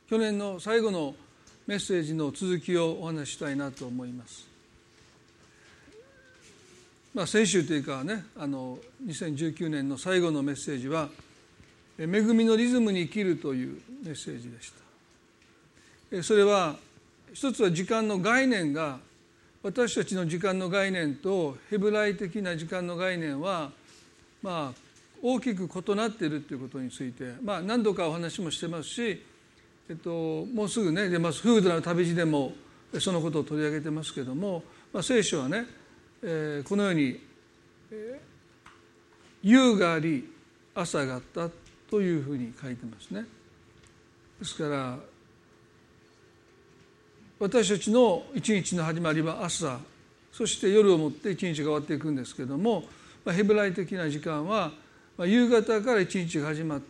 去年の最後のメッセージの続きをお話ししたいなと思います。先週というかね、2019年の最後のメッセージは恵みのリズムに生きるというメッセージでした。それは一つは時間の概念が、私たちの時間の概念とヘブライ的な時間の概念は大きく異なっているということについて、何度かお話もしてますし、もうすぐね出ますフードの旅路でもそのことを取り上げてますけども、聖書はね、このように、夕があり朝があったというふうに書いてますね。ですから私たちの一日の始まりは朝、そして夜をもって一日が終わっていくんですけども、ヘブライ的な時間は夕方から一日が始まって、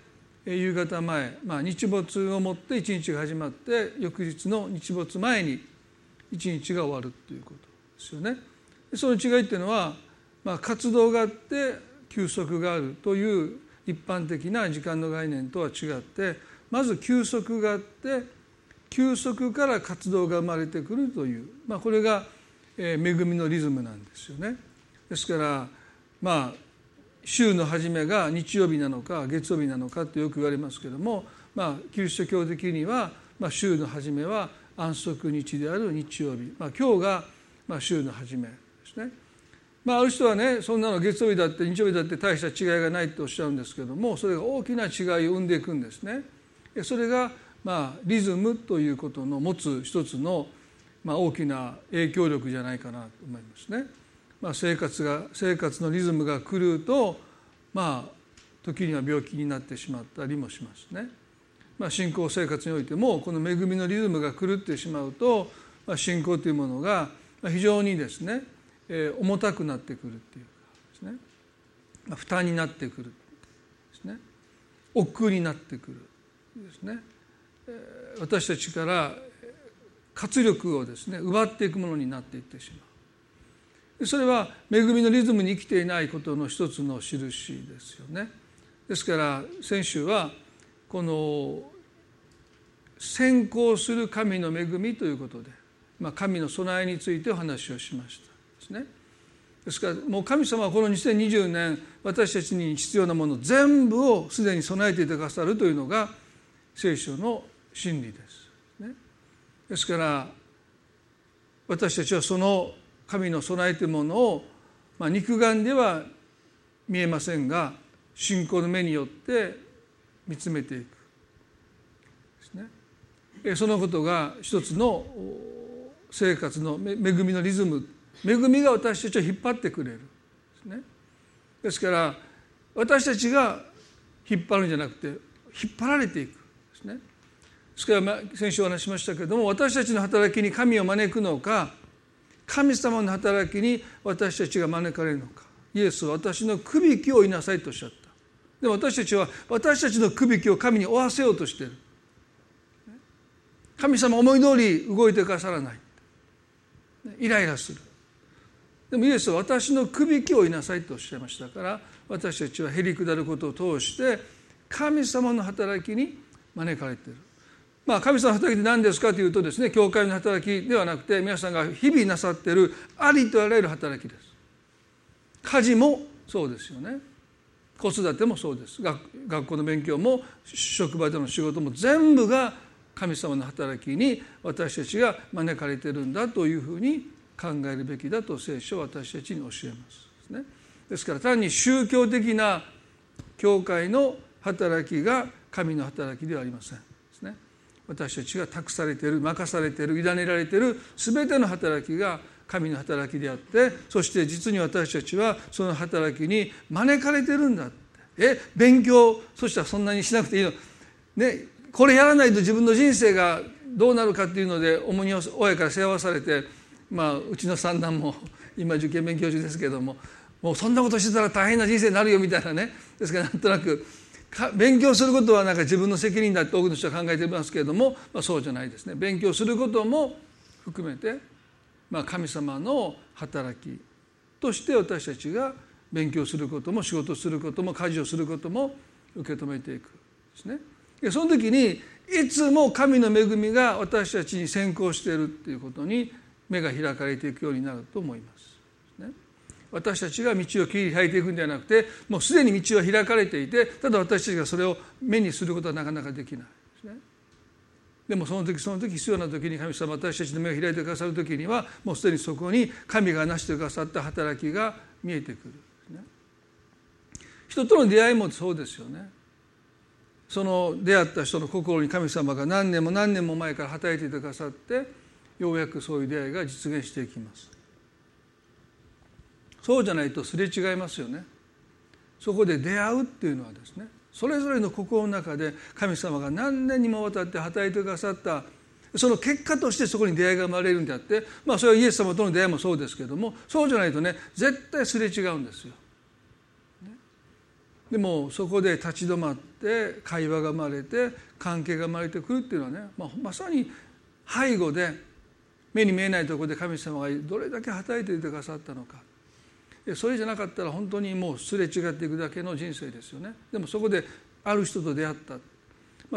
夕方前、日没をもって一日が始まって、翌日の日没前に一日が終わるということですよね。その違いっていうのは、活動があって休息があるという一般的な時間の概念とは違って、まず休息があって休息から活動が生まれてくるという、これが恵みのリズムなんですよね。ですから週の初めが日曜日なのか月曜日なのかってよく言われますけども、キリスト教的には、週の初めは安息日である日曜日、今日が週の初めですね。ある人はね、そんなの月曜日だって日曜日だって大した違いがないとおっしゃるんですけども、それが大きな違いを生んでいくんですね。それがリズムということの持つ一つの大きな影響力じゃないかなと思いますね。生活のリズムが狂うと、時には病気になってしまったりもしますね。信仰生活においてもこの恵みのリズムが狂ってしまうと、信仰というものが非常にですね、重たくなってくるっていうかですね、負担になってくるですね、億劫になってくるですね、私たちから活力をですね奪っていくものになっていってしまう。それは恵みのリズムに生きていないことの一つの印ですよね。ですから先週はこの先行する神の恵みということで、神の備えについてお話をしましたですね。ですからもう神様はこの2020年私たちに必要なもの全部をすでに備えていてくださるというのが聖書の真理ですね。ですから私たちはその神の備えというものを、肉眼では見えませんが信仰の目によって見つめていくですね。そのことが一つの生活の恵みのリズム、恵みが私たちを引っ張ってくれるですね。ですから私たちが引っ張るんじゃなくて引っ張られていくですね。ですから先週お話しましたけれども、私たちの働きに神を招くのか、神様の働きに私たちが招かれるのか。イエスは私のくびきを追いなさいとおっしゃった。でも私たちは私たちのくびきを神に追わせようとしている。神様思い通り動いてくださらない、イライラする。でもイエスは私のくびきを追いなさいとおっしゃいましたから、私たちはへりくだることを通して神様の働きに招かれている。神様の働きって何ですかというとですね、教会の働きではなくて、皆さんが日々なさっているありとあらゆる働きです。家事もそうですよね。子育てもそうです。学校の勉強も職場での仕事も全部が神様の働きに私たちが招かれているんだというふうに考えるべきだと聖書は私たちに教えますね。ですから単に宗教的な教会の働きが神の働きではありませんですね。私たちが託されている、任されている、委ねられている全ての働きが神の働きであって、そして実に私たちはその働きに招かれているんだって。勉強、そしたらそんなにしなくていいの、ね、これやらないと自分の人生がどうなるかっていうので重荷を親から背負わされて、うちの三男も今受験勉強中ですけども、もうそんなことしてたら大変な人生になるよみたいなね。ですからなんとなく勉強することは自分の責任だって多くの人は考えていますけれども、そうじゃないですね。勉強することも含めて、神様の働きとして私たちが勉強することも仕事することも家事をすることも受け止めていくですね。その時にいつも神の恵みが私たちに先行しているということに目が開かれていくようになると思います、ね、私たちが道を切り開いていくんではなくて、もうすでに道は開かれていて、ただ私たちがそれを目にすることはなかなかできないですね。でもその時その時必要な時に神様、私たちの目を開いてくださる時にはもうすでにそこに神が成してくださった働きが見えてくる、ね、人との出会いもそうですよね。その出会った人の心に神様が何年も何年も前から働いていてくださって、ようやくそういう出会いが実現していきます。そうじゃないとすれ違いますよね。そこで出会うっていうのはですね、それぞれの心の中で神様が何年にもわたって働いてくださったその結果としてそこに出会いが生まれるんであって、それはイエス様との出会いもそうですけれども、そうじゃないとね、絶対すれ違うんですよ。でもそこで立ち止まって会話が生まれて関係が生まれてくるっていうのはね、まさに背後で目に見えないところで神様がどれだけ働いていてくださったのか、それじゃなかったら本当にもうすれ違っていくだけの人生ですよね。でもそこである人と出会った、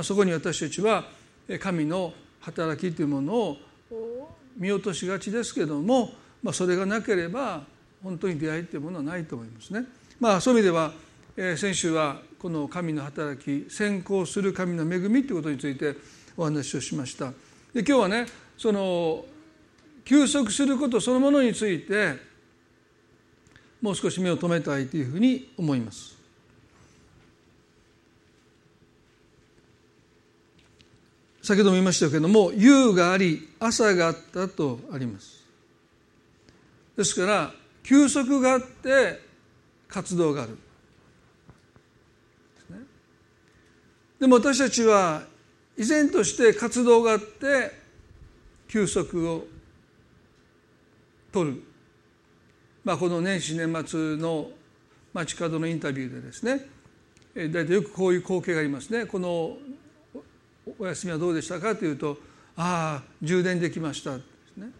そこに私たちは神の働きというものを見落としがちですけども、それがなければ本当に出会いというものはないと思いますね。そういう意味では先週はこの神の働き、先行する神の恵みということについてお話をしました。で今日はね、その休息することそのものについてもう少し目を留めたいというふうに思います。先ほども言いましたけれども、夕があり朝があったとあります。ですから休息があって活動がある。でも私たちは依然として活動があって休息を取る、この年始年末の街角のインタビューでですね、大体よくこういう光景がありますね。このお休みはどうでしたかというと、充電できましたですね。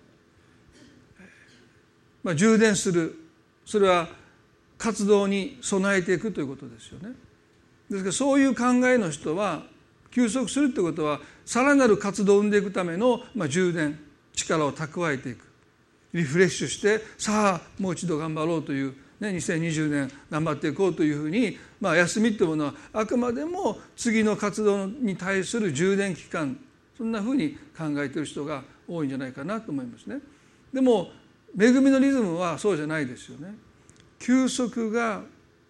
充電する、それは活動に備えていくということですよね。ですからそういう考えの人は、休息するということはさらなる活動を生んでいくための充電、力を蓄えていく、リフレッシュしてさあもう一度頑張ろうという、2020年頑張っていこうというふうに、休みというものはあくまでも次の活動に対する充電期間、そんなふうに考えている人が多いんじゃないかなと思いますね。でも恵みのリズムはそうじゃないですよね。休息が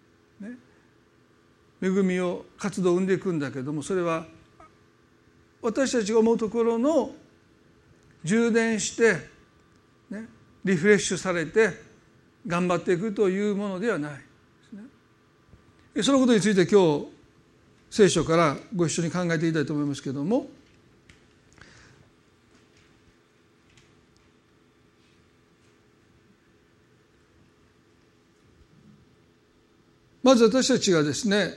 恵みを活動を生んでいくんだけども、それは私たちが思うところの充電して、リフレッシュされて頑張っていくというものではないですね。そのことについて今日聖書からご一緒に考えていきたいと思いますけれども、まず私たちがですね、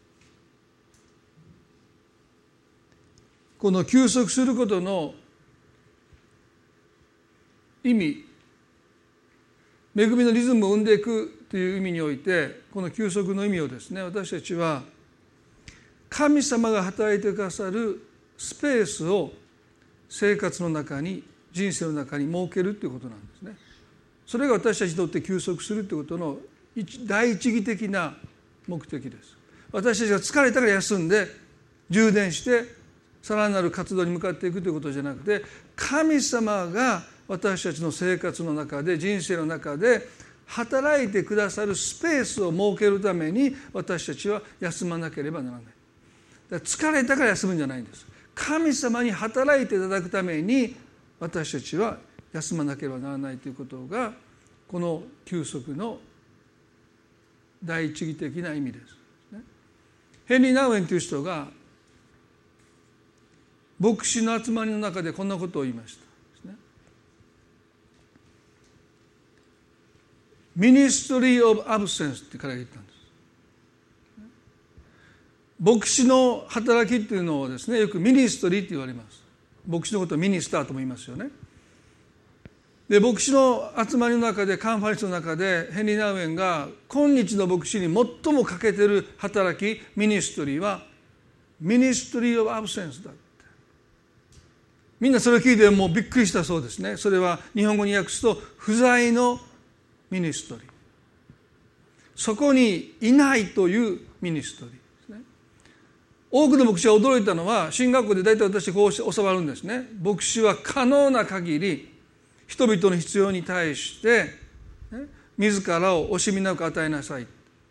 この休息することの意味、恵みのリズムを生んでいくという意味において、この休息の意味をですね、私たちは神様が働いてくださるスペースを生活の中に、人生の中に設けるということなんですね。それが私たちにとって休息するということの第一義的な目的です。私たちが疲れたから休んで充電してさらなる活動に向かっていくということじゃなくて、神様が私たちの生活の中で、人生の中で働いてくださるスペースを設けるために私たちは休まなければならない。だから疲れたから休むんじゃないんです。神様に働いていただくために私たちは休まなければならないということが、この休息の第一義的な意味です。ヘンリー・ナウエンという人が牧師の集まりの中でこんなことを言いました。ミニストリー・オブ・アブセンスって彼が言ったんです。牧師の働きっていうのをですね、よくミニストリーって言われます。牧師のことをミニスターとも言いますよね。で、牧師の集まりの中で、カンファレンスの中でヘンリー・ナウエンが今日の牧師に最も欠けている働き、ミニストリーはミニストリー・オブ・アブセンスだって。 みんなそれを聞いてもうびっくりしたそうですね。それは日本語に訳すと不在のミニストリー、そこにいないというミニストリーですね。多くの牧師が驚いたのは、進学校で大体私こう教わるんですね。牧師は可能な限り人々の必要に対して自らを惜しみなく与えなさい。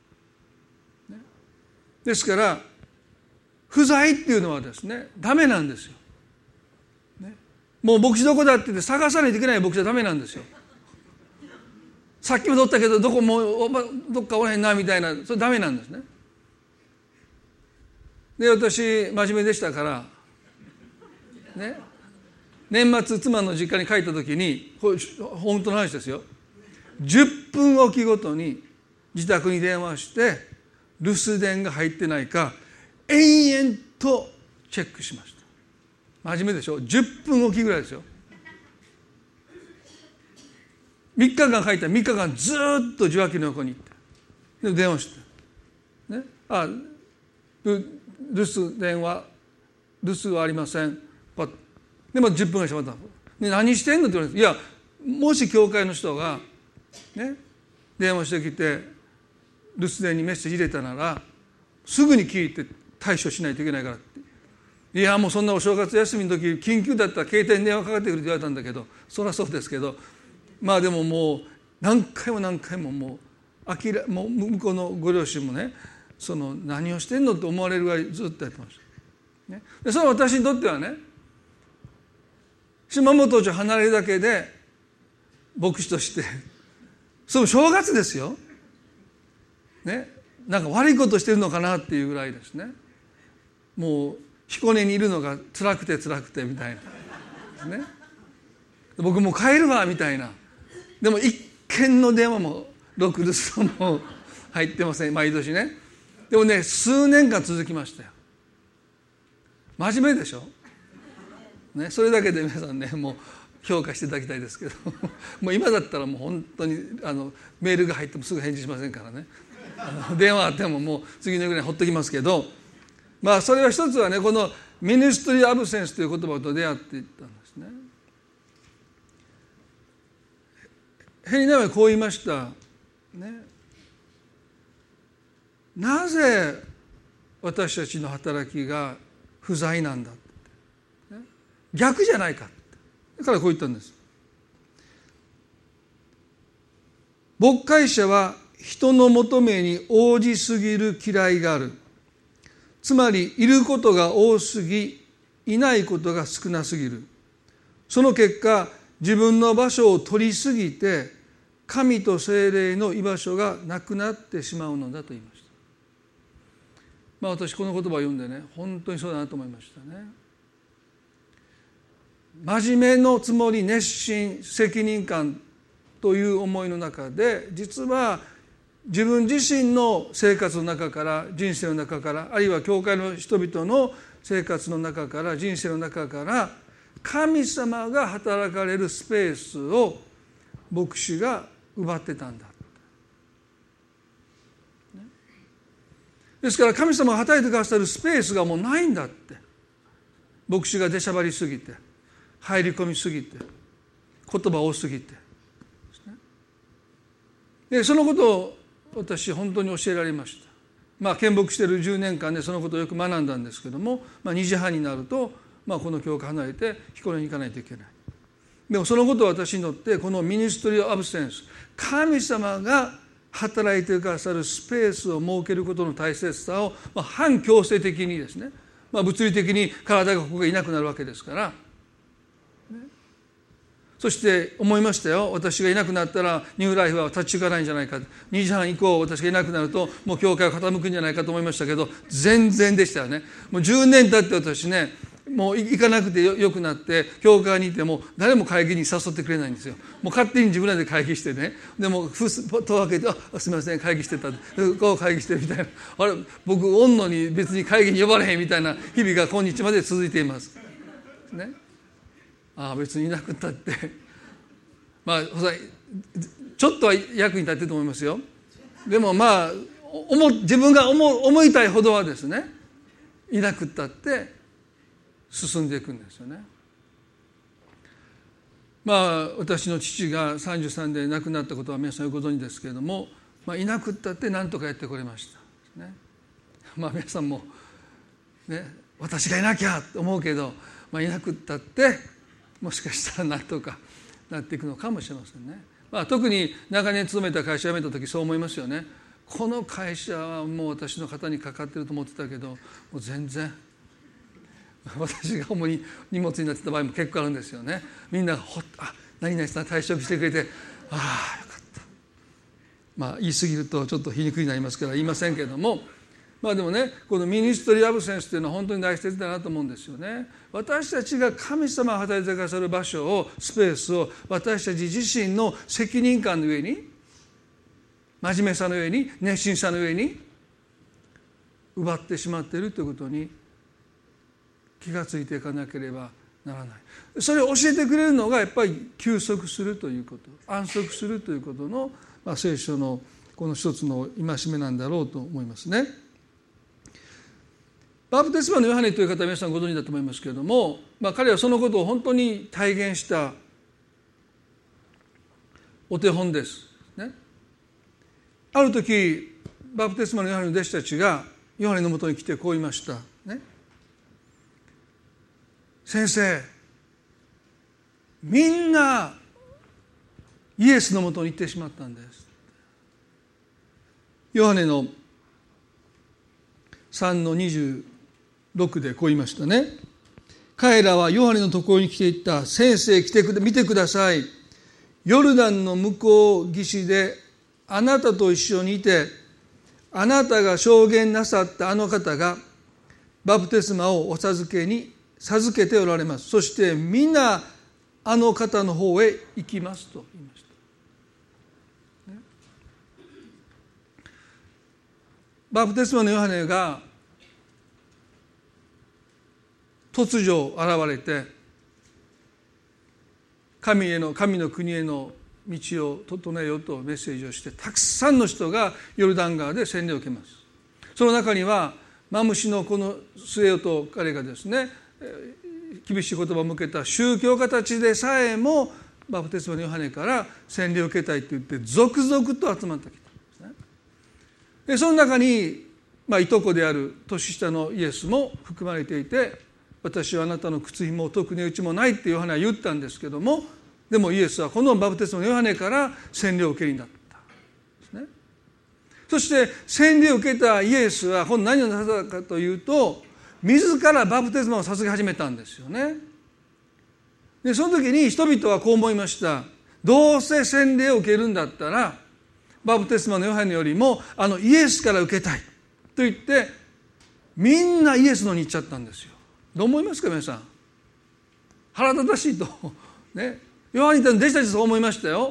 ですから不在っていうのはですね、ダメなんですよ。もう牧師どこだって言って探さないといけない牧師はダメなんですよ。さっきも取ったけどどっかおらへんなみたいな、それダメなんですね。で、私真面目でしたからね、年末妻の実家に帰った時に、これ本当の話ですよ、10分おきごとに自宅に電話して留守電が入ってないか延々とチェックしました。真面目でしょ。10分おきぐらいですよ。3日間帰ったら3日間ずっと受話器の横に行ってで電話して、ね、留守電話留守はありません。パッでも10分がしまった。で何してんのって言われて、いやもし教会の人が、ね、電話してきて留守電にメッセージ入れたならすぐに聞いて対処しないといけないからって。いやもうそんなお正月休みの時緊急だったら携帯に電話かかってくるって言われたんだけど、そりゃそうですけど、まあでももう何回ももうもう向こうのご両親もね、その何をしてんのって思われるぐらいずっとやってました、ね、でその私にとってはね、島本町を離れるだけで牧師としてその正月ですよ、ね、なんか悪いことしてるのかなっていうぐらいですね。もう彦根にいるのが辛くてみたいなですね。僕もう帰るわみたいな。でも一件の電話もろく留守も入ってません、毎年ね。でもね数年間続きましたよ。真面目でしょ、ね、それだけで皆さんねもう評価していただきたいですけどもう今だったらもう本当にメールが入ってもすぐ返事しませんからね電話あってももう次のぐらいほっときますけど、まあそれは一つはね、このミニストリーアブセンスという言葉と出会っていったんですね。ヘリナはこう言いました、ね、なぜ私たちの働きが不在なんだって、ね、逆じゃないかって、だからこう言ったんです。牧会者は人の求めに応じすぎる嫌いがある。つまりいることが多すぎ、いないことが少なすぎる。その結果自分の場所を取りすぎて神と聖霊の居場所がなくなってしまうのだと言いました。まあ私この言葉を読んでね、本当にそうだなと思いましたね。真面目のつもり、熱心、責任感という思いの中で、実は自分自身の生活の中から、人生の中から、あるいは教会の人々の生活の中から、人生の中から神様が働かれるスペースを牧師が奪ってたんだ。ですから神様が働いてくださるスペースがもうないんだって。牧師が出しゃばりすぎて、入り込みすぎて、言葉多すぎて。でそのことを私本当に教えられました。まあ見牧している10年間でそのことをよく学んだんですけども、2時半になると、この教会離れて彦根に行かないといけない。でもそのことを私にとってこのミニストリー・アブセンス、神様が働いてくださるスペースを設けることの大切さを、反強制的にですね、物理的に体がここがいなくなるわけですから、そして思いましたよ。私がいなくなったらニューライフは立ち行かないんじゃないか。2時半以降私がいなくなるともう教会は傾くんじゃないかと思いましたけど、全然でしたよね。もう10年経って私ね、もう行かなくてよくなって、教会にいても誰も会議に誘ってくれないんですよ。もう勝手に自分らで会議してね、でも戸を開けて、すみません会議してた、こう会議してるみたいな、あれ僕おんのに別に会議に呼ばれへんみたいな日々が今日まで続いていますね。別にいなくったってちょっとは役に立ってると思いますよ。でも自分が思いたいほどはですね、いなくったって進んでいくんですよね。 私の父が33で亡くなったことは皆さんご存知ですけれども、いなくったって何とかやってこれました、ね。皆さんも、ね、私がいなきゃと思うけど、いなくったってもしかしたら何とかなっていくのかもしれませんね。特に長年勤めた会社辞めた時そう思いますよね。この会社はもう私の肩にかかってると思ってたけど、もう全然私が主に荷物になってた場合も結構あるんですよね。みんなが何々さん退職してくれて、よかった。言い過ぎるとちょっと皮肉になりますから言いませんけれども、でもね、このミニストリーアブセンスというのは本当に大切だなと思うんですよね。私たちが神様が働いてくださる場所を、スペースを私たち自身の責任感の上に、真面目さの上に、熱心さの上に奪ってしまっているということに気がついていかなければならない。それを教えてくれるのがやっぱり休息するということ、安息するということの、聖書のこの一つの戒めなんだろうと思いますね。バプテスマのヨハネという方は皆さんご存知だと思いますけれども、彼はそのことを本当に体現したお手本です、ね。ある時バプテスマのヨハネの弟子たちがヨハネのもとに来てこう言いました、ね。先生、みんなイエスのもとに行ってしまったんです。ヨハネの3-26でこう言いましたね。彼らはヨハネのところに来ていった。先生、見てください。ヨルダンの向こう岸であなたと一緒にいて、あなたが証言なさったあの方がバプテスマをお授けておられます。そして皆あの方の方へ行きますと言いました、ね。バプテスマのヨハネが突如現れて、神の国への道を整えようとメッセージをして、たくさんの人がヨルダン川で洗礼を受けます。その中にはマムシのこの末よと彼がですね、厳しい言葉を向けた宗教家たちでさえもバプテスマのヨハネから洗礼を受けたいと言って続々と集まってきたんですね。でその中に、いとこである年下のイエスも含まれていて、私はあなたの靴紐を解く値打ちもないってヨハネは言ったんですけども、でもイエスはこのバプテスマのヨハネから洗礼を受けるようになったんですね。そして洗礼を受けたイエスは何をなさったかというと、自らバプテスマを授け始めたんですよね。でその時に人々はこう思いました。どうせ洗礼を受けるんだったらバプテスマのヨハネよりもイエスから受けたいと言って、みんなイエスのに行っちゃったんですよ。どう思いますか皆さん。腹立たしいとね。ヨハネの弟子たちそう思いましたよ。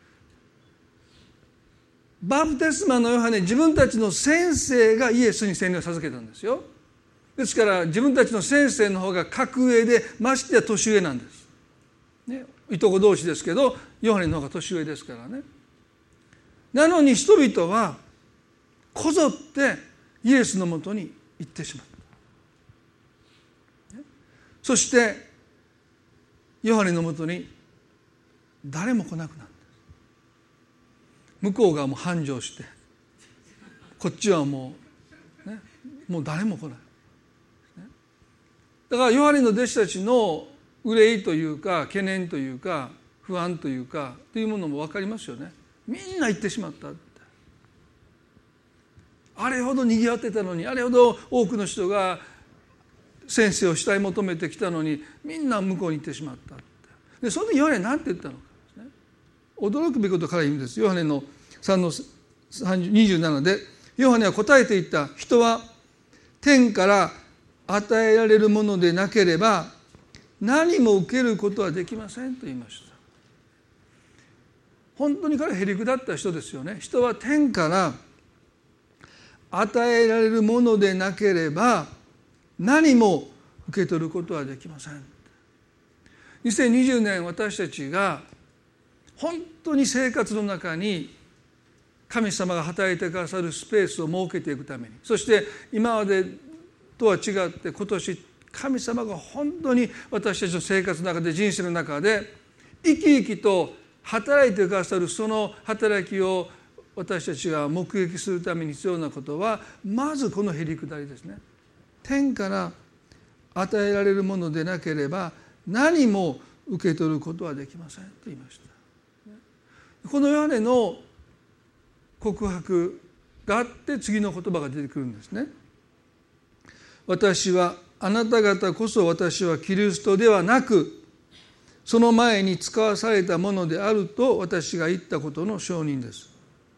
バプテスマのヨハネ、自分たちの先生がイエスに洗礼を授けたんですよ。ですから自分たちの先生の方が格上で、ましてや年上なんです、ね。いとこ同士ですけどヨハネの方が年上ですからね。なのに人々はこぞってイエスのもとに行ってしまった。そしてヨハネのもとに誰も来なくなった。向こうがもう繁盛して、こっちはもう誰も来ない。だからヨハネの弟子たちの憂いというか懸念というか不安というかというものも分かりますよね。みんな行ってしまったって。あれほど賑わってたのに、あれほど多くの人が先生を慕い求めてきたのに、みんな向こうに行ってしまったって。でその時ヨハネは何て言ったのかですね。驚くべきことから言うんです。ヨハネの3:27でヨハネは答えていった。人は天から与えられるものでなければ何も受けることはできませんと言いました。本当に彼はへりくだった人ですよね。人は天から与えられるものでなければ何も受け取ることはできません。2020年私たちが本当に生活の中に神様が働いてくださるスペースを設けていくために、そして今までとは違って今年神様が本当に私たちの生活の中で、人生の中で生き生きと働いてくださるその働きを私たちが目撃するために必要なことは、まずこのへりくだりですね。天から与えられるものでなければ何も受け取ることはできませんと言いました。このヨハネの告白があって次の言葉が出てくるんですね。私はあなた方こそ私はキリストではなくその前に使わされたものであると私が言ったことの証人です。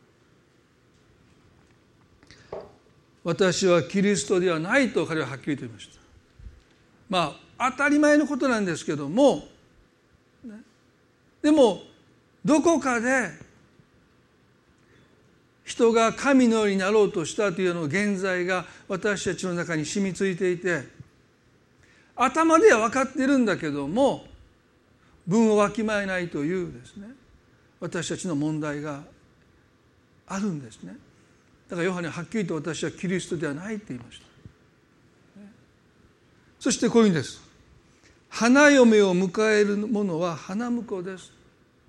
私はキリストではないと彼ははっきりと言いました。まあ当たり前のことなんですけども、でもどこかで人が神のようになろうとしたというの現在が私たちの中に染みついていて、頭では分かっているんだけども分をわきまえないというですね、私たちの問題があるんですね。だからヨハネははっきりと私はキリストではないと言いました。そしてこういうんです。花嫁を迎える者は花婿です。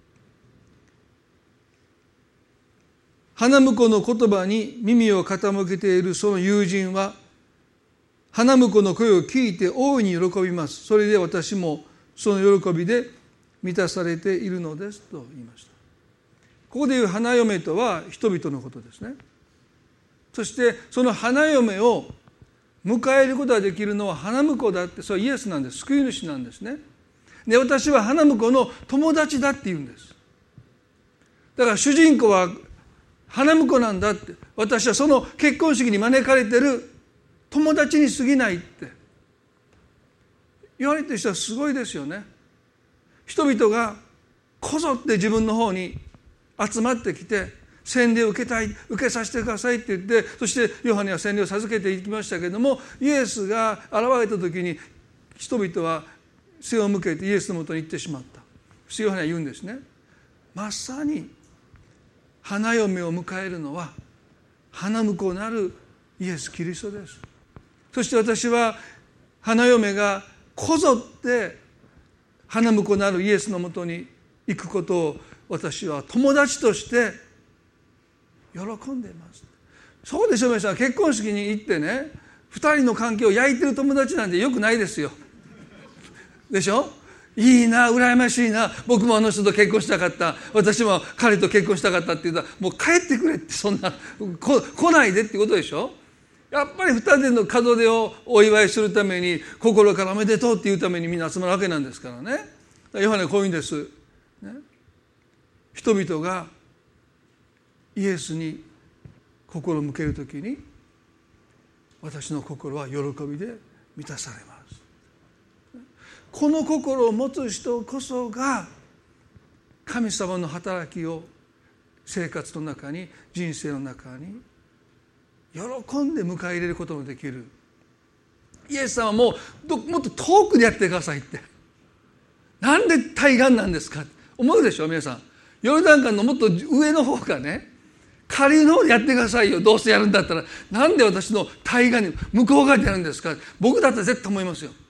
花婿の言葉に耳を傾けているその友人は花婿の声を聞いて大いに喜びます。それで私もその喜びで満たされているのですと言いました。ここでいう花嫁とは人々のことですね。そしてその花嫁を迎えることができるのは花婿だって、それはイエスなんです。救い主なんですね。で、私は花婿の友達だって言うんです。だから主人公は花婿なんだって、私はその結婚式に招かれてる友達に過ぎないって言われてる人はすごいですよね。人々がこぞって自分の方に集まってきて洗礼を受けたい、受けさせてくださいって言って、そしてヨハネは洗礼を授けていきましたけれども、イエスが現れた時に人々は背を向けてイエスのもとに行ってしまった。そしてヨハネは言うんですね。まさに花嫁を迎えるのは花婿なるイエス・キリストです。そして私は花嫁がこぞって花婿なるイエスのもとに行くことを私は友達として喜んでいます。そうでしょ。皆さん結婚式に行ってね、2人の関係を焼いてる友達なんてよくないですよ。でしょ。いいな、羨ましいな、僕もあの人と結婚したかった、私も彼と結婚したかったって言ったら、もう帰ってくれって、そんな来ないでってことでしょ。やっぱり2人の門出をお祝いするために心からおめでとうっていうためにみんな集まるわけなんですからね。ヨハネはこういうんです、ね、人々がイエスに心を向けるときに私の心は喜びで満たされます。この心を持つ人こそが神様の働きを生活の中に、人生の中に喜んで迎え入れることのできる。イエス様はもっと遠くでやってくださいって、なんで対岸なんですか思うでしょ。皆さんヨルダン川のもっと上の方がね、下流の方でやってくださいよ。どうせやるんだったらなんで私の対岸に向こう側でやるんですか。僕だったら絶対思いますよ。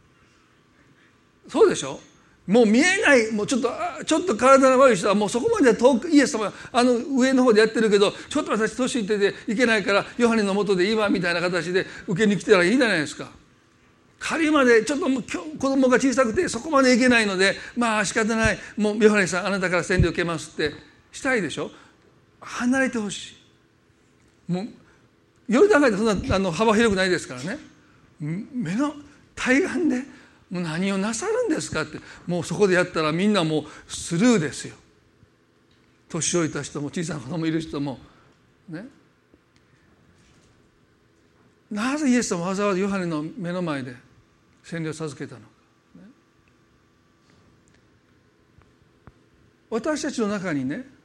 そうでしょ。もう見えない、もうちょっと体の悪い人はもうそこまで遠く、イエス様は上の方でやってるけど、ちょっと私年いってていけないからヨハネの元でいいわみたいな形で受けに来てたらいいじゃないですか。下流までちょっと子供が小さくてそこまで行けないので、まあ仕方ない、もうヨハネさんあなたから洗礼を受けますってしたいでしょ。離れてほしい。もうヨルダン川ってそんな幅広くないですからね。目の対岸でもう何をなさるんですかって、もうそこでやったらみんなもうスルーですよ。年老いた人も小さな子供いる人もね。なぜイエス様はわざわざヨハネの目の前で洗礼を授けたのか、ね、私たちの中にね、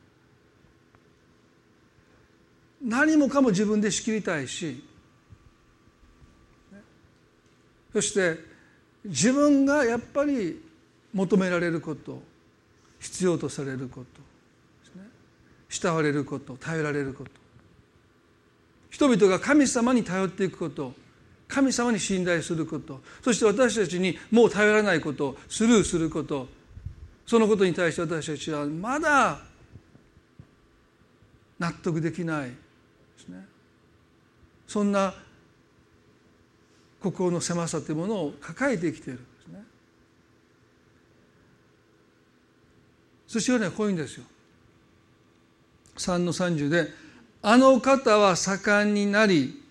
何もかも自分で仕切りたいし、そして自分がやっぱり求められること、必要とされることですね、慕われること、頼られること、人々が神様に頼っていくこと、神様に信頼すること、そして私たちにもう頼らないことをスルーすること、 そのことに対して私たちはまだ納得できないですね。そんな心の狭さというものを抱えて生きているんですね。そしてこういうんですよ。3の30で、あの方は盛んになり、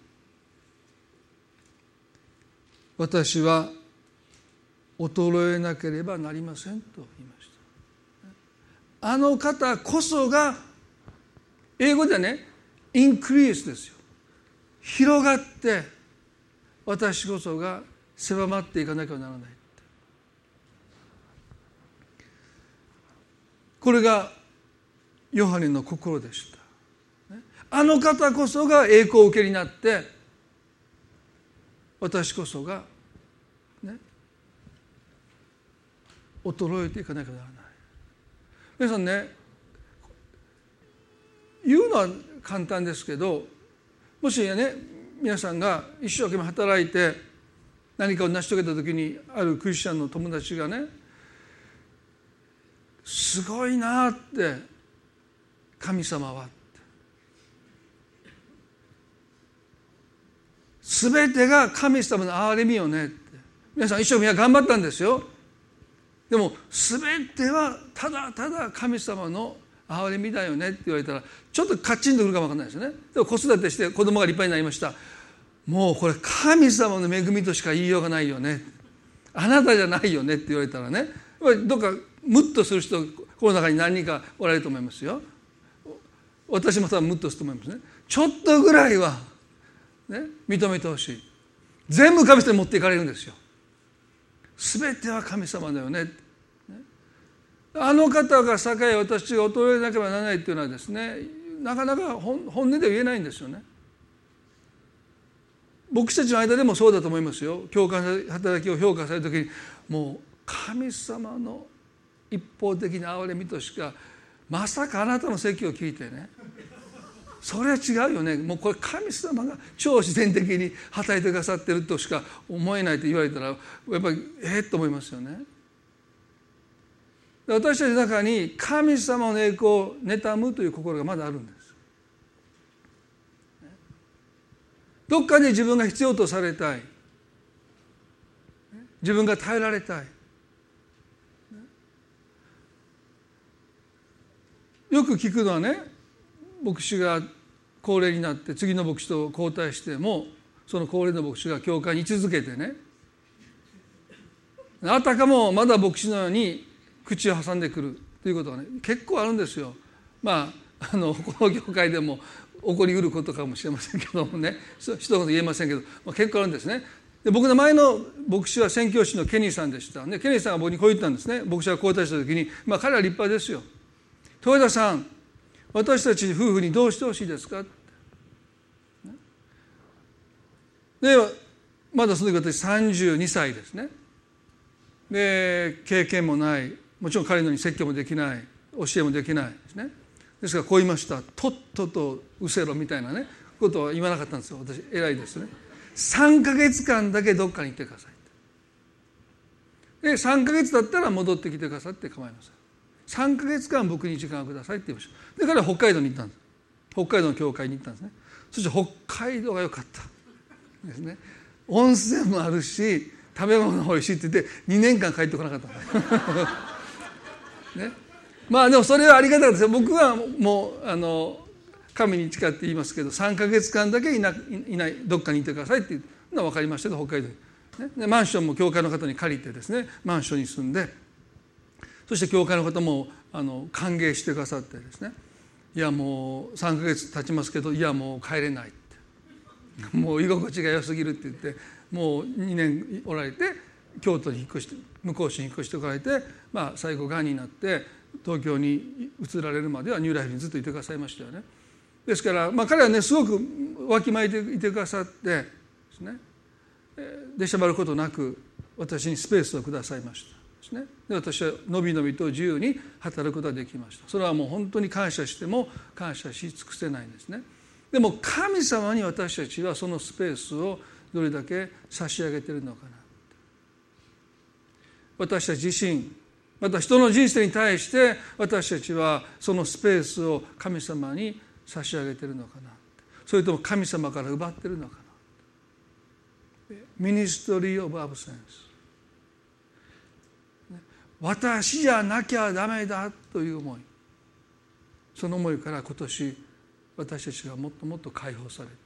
私は衰えなければなりませんと言いました。あの方こそが、英語ではね、インクリースですよ。広がって私こそが狭まっていかなきゃならない。これがヨハネの心でした。あの方こそが栄光を受けになって、私こそが、衰えていかなきゃならない。皆さんね、言うのは簡単ですけど、もしね、皆さんが一生懸命働いて何かを成し遂げた時に、あるクリスチャンの友達がね、すごいなって、神様はすべてが神様の憐れみよねって。皆さん一生懸命頑張ったんですよ。でもすべてはただただ神様の憐れみだよねって言われたら、ちょっとカッチンとくるかもわかんないですよね。でも子育てして子供が立派になりました。もうこれ神様の恵みとしか言いようがないよね、あなたじゃないよねって言われたらね、どっかムッとする人この中に何人かおられると思いますよ。私も多分ムッとすると思いますね。ちょっとぐらいは、認めてほしい。全部神様に持っていかれるんですよ。すべては神様だよね。あの方が栄え、私が衰えなければならないっていうのはですね、なかなか本音では言えないんですよね。牧師たちの間でもそうだと思いますよ。教会の働きを評価されるときに、もう神様の一方的な憐れみとしか、まさかあなたの説教を聞いてね、それは違うよね、もうこれ神様が超自然的に働いてくださってるとしか思えないと言われたら、やっぱりと思いますよね。私たちの中に神様の栄光を妬むという心がまだあるんです。どっかで自分が必要とされたい、自分が耐えられたい。よく聞くのはね、牧師が高齢になって次の牧師と交代しても、その高齢の牧師が教会に居続けてね、あたかもまだ牧師のように口を挟んでくるということがね、結構あるんですよ。この業界でも起こりうることかもしれませんけどもね、一言言えませんけど、結構あるんですね。で、僕の前の牧師は宣教師のケニーさんでした。でケニーさんが僕にこう言ったんですね。牧師が交代した時に、彼は立派ですよ。豊田さん、私たち夫婦にどうしてほしいですか。で、まだその時私32歳ですね。で、経験もない、もちろん彼のように説教もできない、教えもできないですね。ですからこう言いました。とっととうせろみたいなねことは言わなかったんですよ。私偉いですね。3ヶ月間だけどっかに行ってください。で、3ヶ月だったら戻ってきてくださって構いません。3ヶ月間僕に時間をくださいって言いました。で、彼は北海道に行ったんです。北海道の教会に行ったんですね。そして北海道が良かったですね。温泉もあるし食べ物もおいしいって言って2年間帰ってこなかったんですね。でもそれはありがたかったですよ。僕はもう神に誓って言いますけど、3ヶ月間だけいないどっかにいてくださいっていうのは分かりましたけど、北海道に、でマンションも教会の方に借りてですね、マンションに住んで、そして教会の方も歓迎してくださってですね、いやもう3ヶ月経ちますけど、いやもう帰れないって、もう居心地が良すぎるって言って、もう2年おられて京都に引っ越して、向こう市に引っ越しておられて、最後がんになって東京に移られるまではニューライフにずっといてくださいましたよね。ですから、彼はねすごくわきまえていてくださってですね、出しゃばることなく私にスペースをくださいましたですね。で、私はのびのびと自由に働くことができました。それはもう本当に感謝しても感謝し尽くせないんですね。でも神様に私たちはそのスペースをどれだけ差し上げているのかな。私たち自身また人の人生に対して私たちはそのスペースを神様に差し上げているのかな、それとも神様から奪っているのかな。ミニストリー・オブ・アブセンス、私じゃなきゃダメだという思い、その思いから今年私たちがもっともっと解放されて、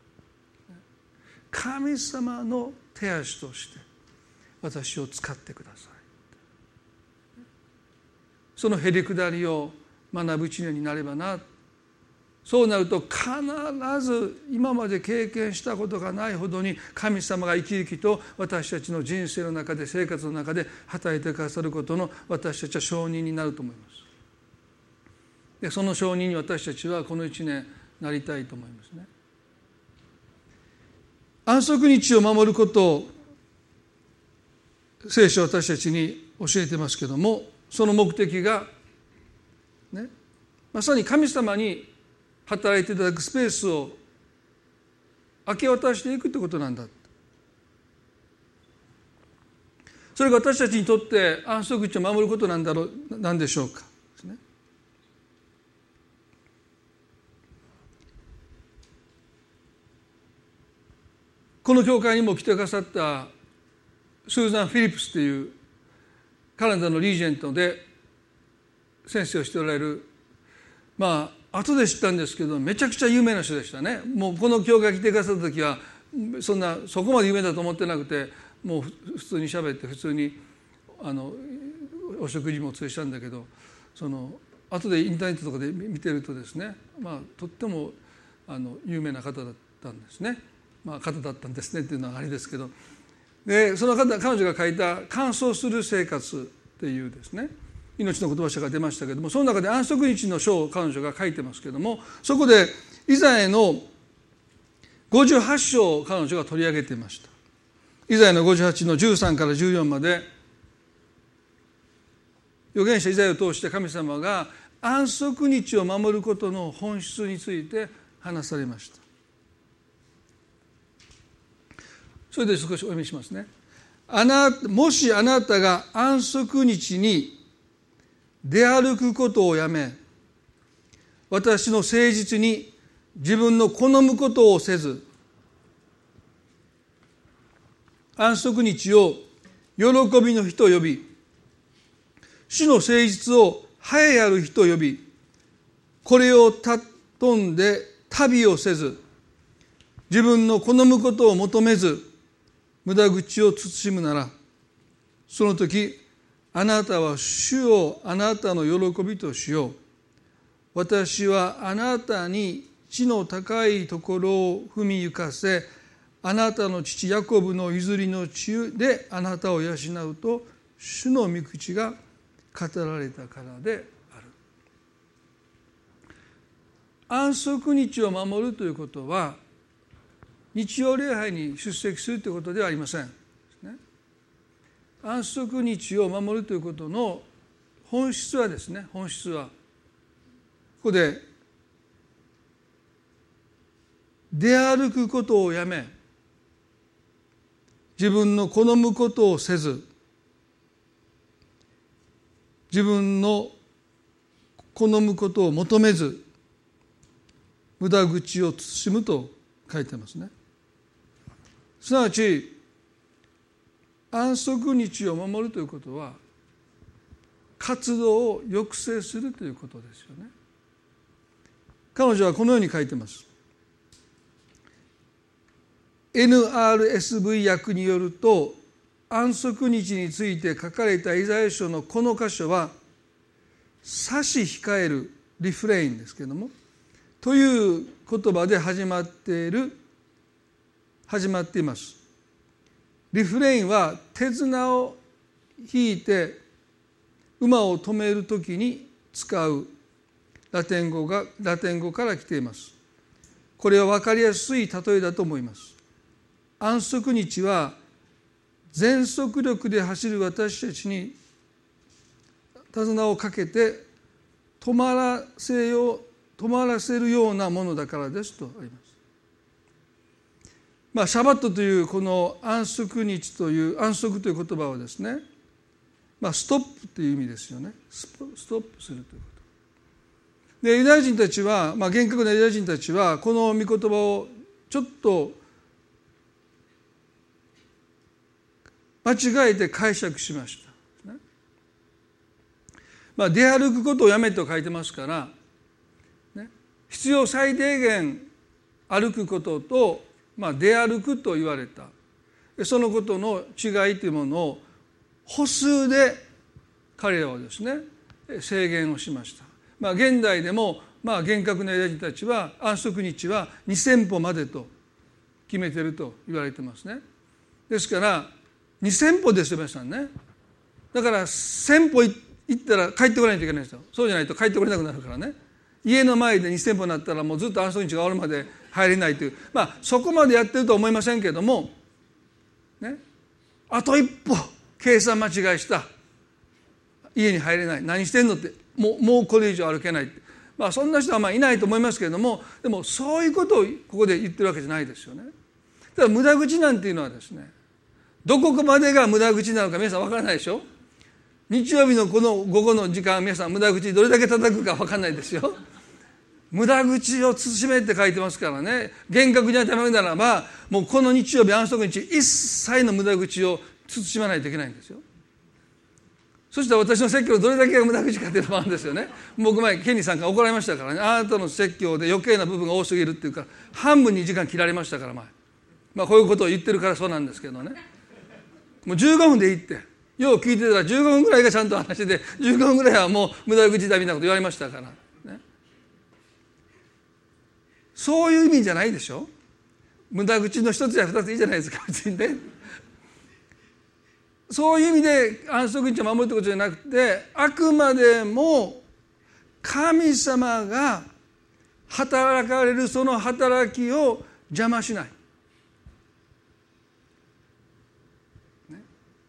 神様の手足として私を使ってください、そのへりくだりを学ぶ一年になればな。そうなると必ず今まで経験したことがないほどに神様が生き生きと私たちの人生の中で、生活の中で働いてくださることの私たちは証人になると思います。でその証人に私たちはこの一年なりたいと思いますね。安息日を守ることを聖書は私たちに教えてますけども、その目的が、ね、まさに神様に働いていただくスペースを明け渡していくということなんだ。それが私たちにとって安息日を守ることなんでしょうか。この教会にも来てくださったスーザン・フィリップスというカナダのリージェントで先生をしておられる、後で知ったんですけどめちゃくちゃ有名な人でしたね。もうこの教会来てくださった時はそこまで有名だと思ってなくて、もう普通に喋って普通にお食事もお連れしたんだけど、後でインターネットとかで見てるとですね、とっても有名な方だったんですね。方だったんですねっていうのはあれですけど、でその彼女が書いた「乾燥する生活」っていうですね、命の言葉書が出ましたけども、その中で安息日の書を彼女が書いてますけども、そこでイザヤの58章を彼女が取り上げていました。イザヤの58の13から14まで、預言者イザヤを通して神様が安息日を守ることの本質について話されました。それで少しお読みしますね。もしあなたが安息日に出歩くことをやめ、私の誠実に自分の好むことをせず、安息日を喜びの日と呼び、主の誠実を栄えある日と呼び、これを尊んで旅をせず、自分の好むことを求めず、無駄口を慎むなら、その時あなたは主をあなたの喜びとしよう。私はあなたに地の高いところを踏みゆかせ、あなたの父ヤコブの譲りの地であなたを養うと主の御口が語られたからである。安息日を守るということは日曜礼拝に出席するということではありません。安息日を守るということの本質はですね、ここで出歩くことをやめ、自分の好むことをせず、自分の好むことを求めず、無駄口を慎むと書いてますね。すなわち安息日を守るということは活動を抑制するということですよね。彼女はこのように書いてます。 NRSV 訳によると、安息日について書かれたイザヤ書のこの箇所は差し控えるリフレインですけれども、という言葉で始まっています。リフレインは手綱を引いて馬を止めるときに使うラテン語から来ています。これは分かりやすい例えだと思います。安息日は全速力で走る私たちに手綱をかけて止まらせるようなものだからですとあります。シャバットというこの安息日という安息という言葉はですね、 ストップという意味ですよね。ストップするということで、ユダヤ人たちは、厳格なユダヤ人たちはこの御言葉をちょっと間違えて解釈しました。出歩くことをやめと書いてますから、必要最低限歩くことと、出歩くと言われたそのことの違いというものを歩数で彼らはですね制限をしました。現代でも厳格なユダヤ人たちは安息日は2000歩までと決めていると言われてますね。ですから2000歩ですよ皆さんね。だから1000歩行ったら帰ってこないといけないんですよ。そうじゃないと帰ってこれなくなるからね。家の前で2000歩になったらもうずっと安息日が終わるまで入れないという、そこまでやってるとは思いませんけどもね、あと一歩計算間違いした家に入れない何してんのってもうこれ以上歩けないって、そんな人はいないと思いますけれども、でもそういうことをここで言ってるわけじゃないですよね。ただ無駄口なんていうのはですね、どこまでが無駄口なのか皆さん分からないでしょ。日曜日のこの午後の時間皆さん無駄口どれだけ叩くか分からないですよ。無駄口を慎めって書いてますからね。厳格に当てはめるならばもうこの日曜日安息日一切の無駄口を慎まないといけないんですよ。そしたら私の説教どれだけが無駄口かっていうのもあるんですよね。僕前ケニーさんから怒られましたからね。あなたの説教で余計な部分が多すぎるっていうから半分に時間切られましたからこういうことを言ってるからそうなんですけどね。もう15分でいいってよう聞いてたら15分ぐらいがちゃんと話で15分ぐらいはもう無駄口だみたいなこと言われましたから、ね、そういう意味じゃないでしょ。無駄口の一つや二ついいじゃないですか別にね。そういう意味で安息日を守るということじゃなくて、あくまでも神様が働かれるその働きを邪魔しない、ね、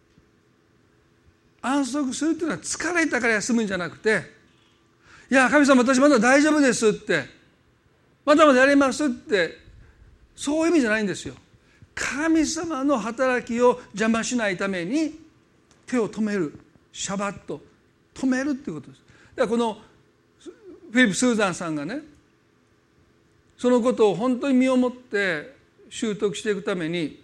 安息するというのは疲れたから休むんじゃなくて、いや神様私まだ大丈夫ですってまだまだやりますってそういう意味じゃないんですよ。神様の働きを邪魔しないために手を止める、シャバッと止めるっていうことです。だからこのフィリップ・スーザンさんがねそのことを本当に身をもって習得していくために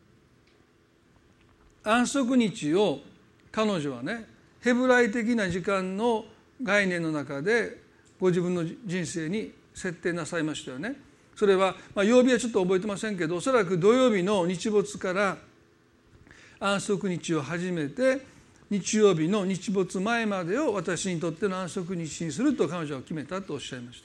安息日を彼女はねヘブライ的な時間の概念の中でご自分の人生に設定なさいましたよね。それは、曜日はちょっと覚えてませんけどおそらく土曜日の日没から安息日を始めて日曜日の日没前までを私にとっての安息日にすると彼女は決めたとおっしゃいました。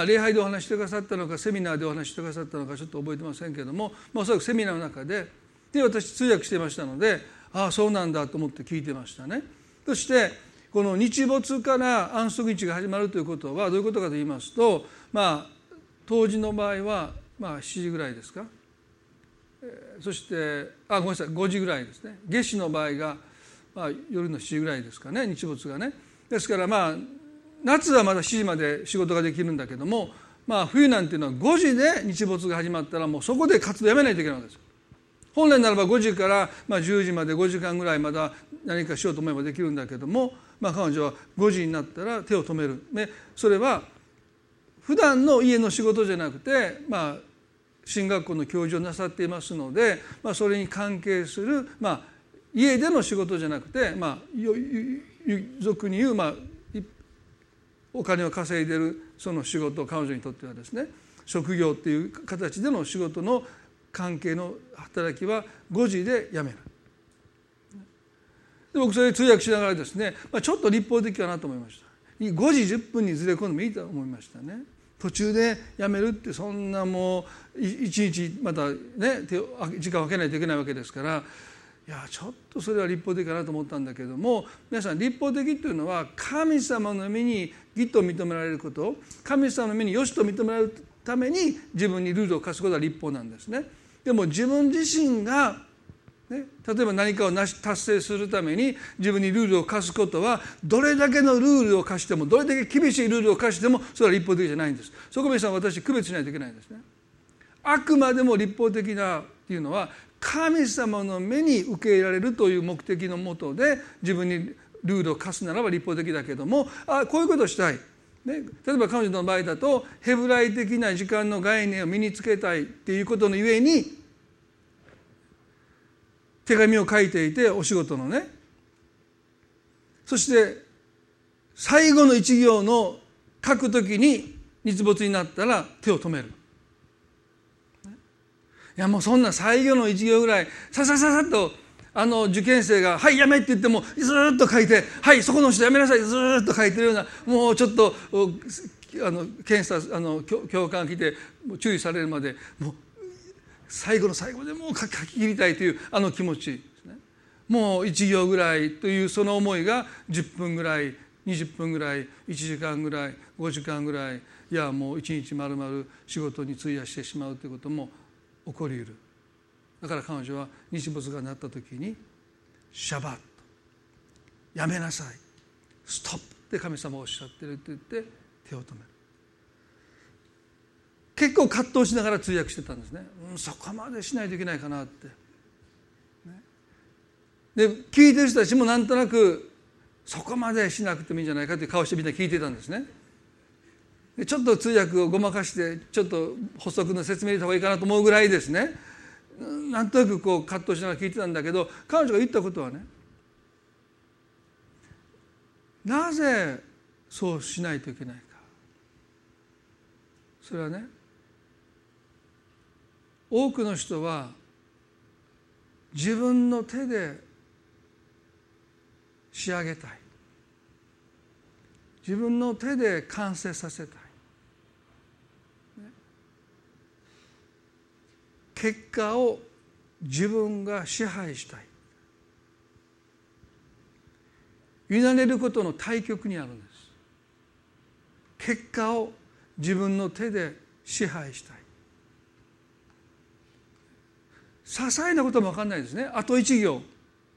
礼拝でお話してくださったのかセミナーでお話してくださったのかちょっと覚えてませんけれども、おそらくセミナーの中で私通訳してましたのでそうなんだと思って聞いてましたね。そしてこの日没から安息日が始まるということはどういうことかと言いますと、冬至の場合は7時ぐらいですか、そしてごめんなさい5時ぐらいですね。夏至の場合が、夜の7時ぐらいですかね日没がね。ですから夏はまだ7時まで仕事ができるんだけども、冬なんていうのは5時で日没が始まったらもうそこで活動やめないといけないわけですよ。本来ならば5時から10時まで5時間ぐらいまだ何かしようと思えばできるんだけども、彼女は5時になったら手を止める、それは普段の家の仕事じゃなくて、進学校の教授をなさっていますので、それに関係する、家での仕事じゃなくて、俗に言う、お金を稼いでいるその仕事、彼女にとってはですね職業っていう形での仕事の関係の働きは5時でやめる。で僕それ通訳しながらですね、ちょっと立法的かなと思いました。5時10分にずれ込んでもいいと思いましたね。途中でやめるってそんなもう一日またね時間を空けないといけないわけですから、ちょっとそれは立法的かなと思ったんだけども、皆さん立法的というのは神様の目に義と認められること、神様の目に良しと認められるために自分にルールを課すことが立法なんですね。でも自分自身が例えば何かを達成するために自分にルールを課すことはどれだけのルールを課してもどれだけ厳しいルールを課してもそれは立法的じゃないんです。そこ皆さん私区別しないといけないんですね。あくまでも立法的なっていうのは神様の目に受け入れられるという目的のもとで自分にルールを課すならば立法的だけども、こういうことをしたい、ね、例えば彼女の場合だとヘブライ的な時間の概念を身につけたいっていうことのゆえに手紙を書いていて、お仕事のね、そして最後の一行の書くときに日没になったら手を止める。いやもうそんな最後の一行ぐらいさっと受験生がはいやめって言ってもずっと書いて、はいそこの人やめなさいずっと書いてるような、もうちょっと検査教官が来て注意されるまでもう最後の最後までもう書き切りたいという気持ちですね。もう1行ぐらいというその思いが10分ぐらい20分ぐらい1時間ぐらい5時間ぐらい、いやもう1日丸々仕事に費やしてしまうということも起こり得る。だから彼女は日没がなった時にシャバッとやめなさいストップって神様がおっしゃってるって言って手を止める。結構葛藤しながら通訳してたんですね。そこまでしないといけないかなって、ね、で聞いてる人たちもなんとなくそこまでしなくてもいいんじゃないかという顔してみんな聞いてたんですね。でちょっと通訳をごまかしてちょっと補足の説明入れた方がいいかなと思うぐらいですね、なんとなくこう葛藤しながら聞いてたんだけど、彼女が言ったことはね、なぜそうしないといけないか、それはね、多くの人は自分の手で仕上げたい、自分の手で完成させたい、結果を自分が支配したい、委ねることの対極にあるんです。結果を自分の手で支配したい。些細なことも分かんないですね。あと一行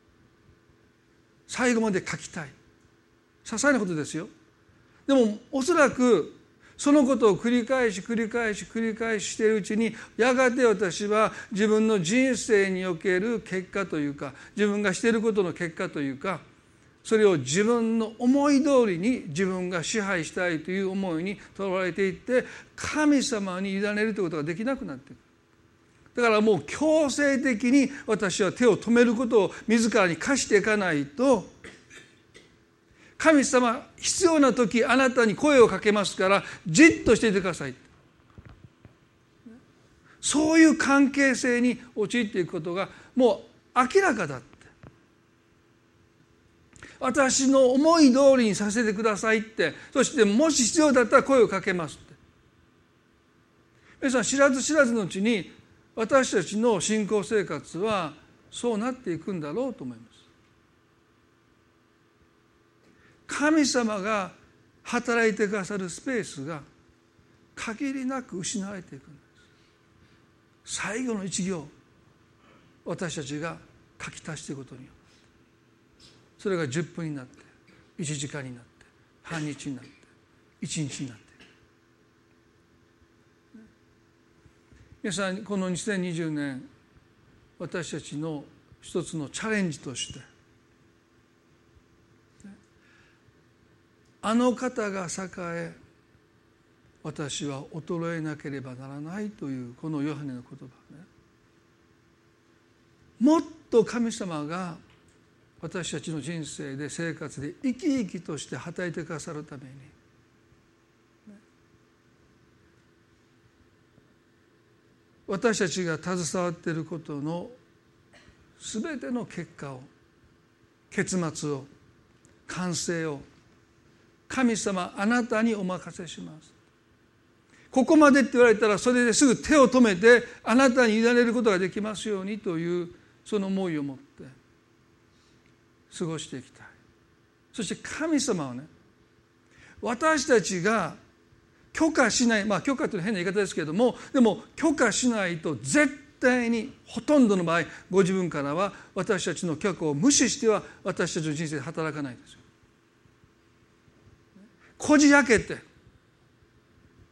最後まで書きたい、些細なことですよ。でもおそらくそのことを繰り返ししているうちに、やがて私は自分の人生における結果というか、自分がしていることの結果というか、それを自分の思い通りに自分が支配したいという思いにとらわれていって、神様に委ねるということができなくなっていく。だからもう強制的に私は手を止めることを自らに課していかないと、神様必要な時あなたに声をかけますからじっとしていてください、そういう関係性に陥っていくことがもう明らかだって、私の思い通りにさせてくださいって、そしてもし必要だったら声をかけますって。皆さん知らず知らずのうちに私たちの信仰生活はそうなっていくんだろうと思います。神様が働いてくださるスペースが限りなく失われていくんです。最後の一行私たちが書き足していくことによって、それが10分になって1時間になって半日になって1日になっていく。皆さんこの2020年私たちの一つのチャレンジとして、あの方が栄え私は衰えなければならないというこのヨハネの言葉ね、もっと神様が私たちの人生で生活で生き生きとして働いてくださるために、私たちが携わっていることのすべての結果を、結末を、完成を神様あなたにお任せします、ここまでって言われたらそれですぐ手を止めてあなたに委ねることができますようにというその思いを持って過ごしていきたい。そして神様はね、私たちが許可しない、許可というのは変な言い方ですけれども、でも許可しないと絶対にほとんどの場合ご自分からは私たちの許可を無視しては私たちの人生で働かないんですよ。こじ開けて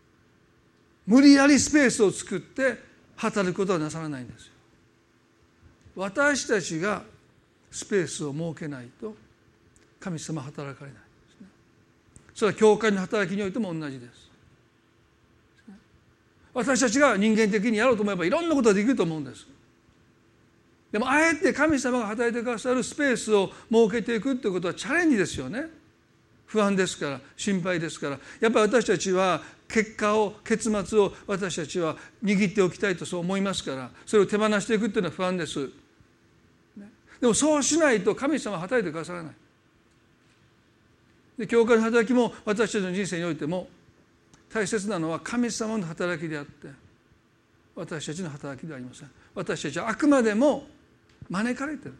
無理やりスペースを作って働くことはなさらないんですよ。 私たちがスペースを設けないと神様は働かれないですね。それは教会の働きにおいても同じです。私たちが人間的にやろうと思えばいろんなことができると思うんです。でもあえて神様が働いてくださるスペースを設けていくということはチャレンジですよね。不安ですから、心配ですから、やっぱり私たちは結末を私たちは握っておきたいとそう思いますから、それを手放していくというのは不安です。でもそうしないと神様は働いてくださらない。で、教会の働きも私たちの人生においても大切なのは神様の働きであって私たちの働きではありません。私たちはあくまでも招かれている、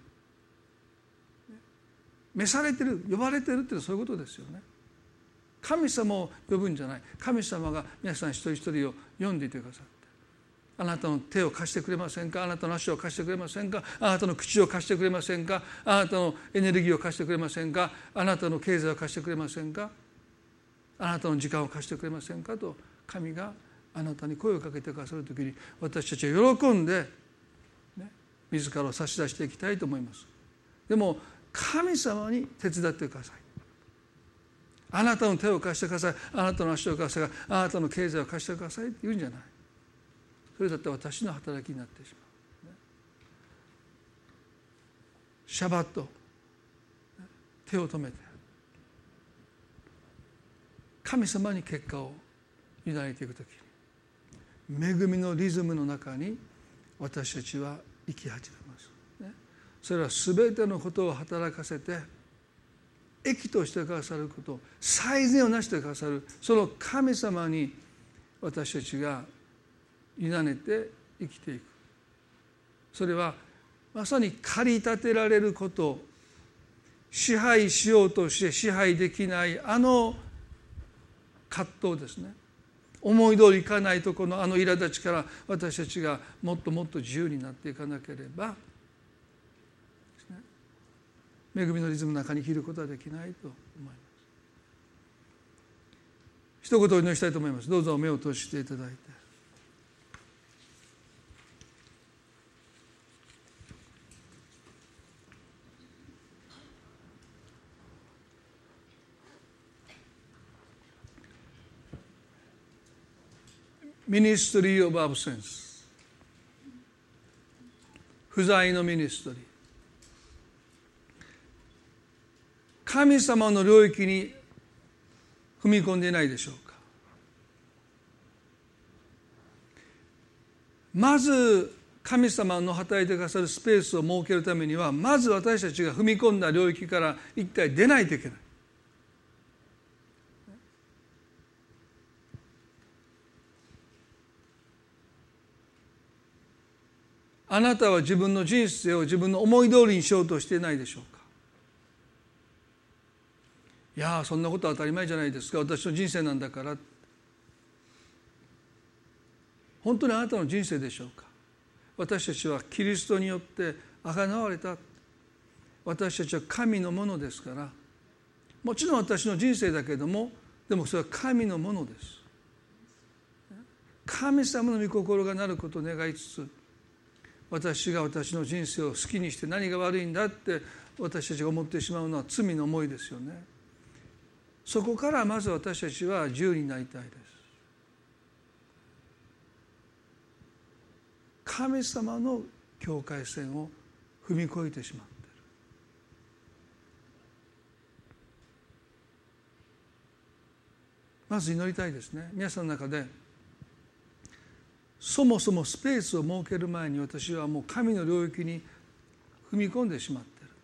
召されている、呼ばれているっていうのはそういうことですよね。神様を呼ぶんじゃない、神様が皆さん一人一人を呼んでいてくださって、あなたの手を貸してくれませんか、あなたの足を貸してくれませんか、あなたの口を貸してくれませんか、あなたのエネルギーを貸してくれませんか、あなたの経済を貸してくれませんか、あなたの時間を貸してくれませんかと神があなたに声をかけてくださるときに、私たちは喜んで、自らを差し出していきたいと思います。でも神様に手伝ってください。あなたの手を貸してください、あなたの足を貸してください、あなたの経済を貸してくださいって言うんじゃない。それだって私の働きになってしまう。シャバット、手を止めて神様に結果を委ねていくときに、恵みのリズムの中に私たちは生き始めます。それは全てのことを働かせて益としてくださること、最善をなしてくださるその神様に私たちが委ねて生きていく。それはまさに駆り立てられること、支配しようとして支配できないあの葛藤ですね。思い通りいかないところのあの苛立ちから私たちがもっともっと自由になっていかなければ恵みのリズムの中に生きることはできないと思います。一言お祈りしたいと思います。どうぞ目を閉じていただいて、ミニストリー・オブ・アブセンス、不在のミニストリー、神様の領域に踏み込んでいないでしょうか。まず神様の働いてくださるスペースを設けるためには、まず私たちが踏み込んだ領域から一体出ないといけない。あなたは自分の人生を自分の思い通りにしようとしていないでしょうか。いやそんなことは当たり前じゃないですか、私の人生なんだから。本当にあなたの人生でしょうか。私たちはキリストによって贖われた、私たちは神のものですから、もちろん私の人生だけれども、でもそれは神のものです。神様の御心がなることを願いつつ、私が私の人生を好きにして何が悪いんだって私たちが思ってしまうのは罪の思いですよね。そこからまず私たちは自由になりたいです。神様の境界線を踏み越えてしまっている。まず祈りたいですね。皆さんの中でそもそもスペースを設ける前に私はもう神の領域に踏み込んでしまっている。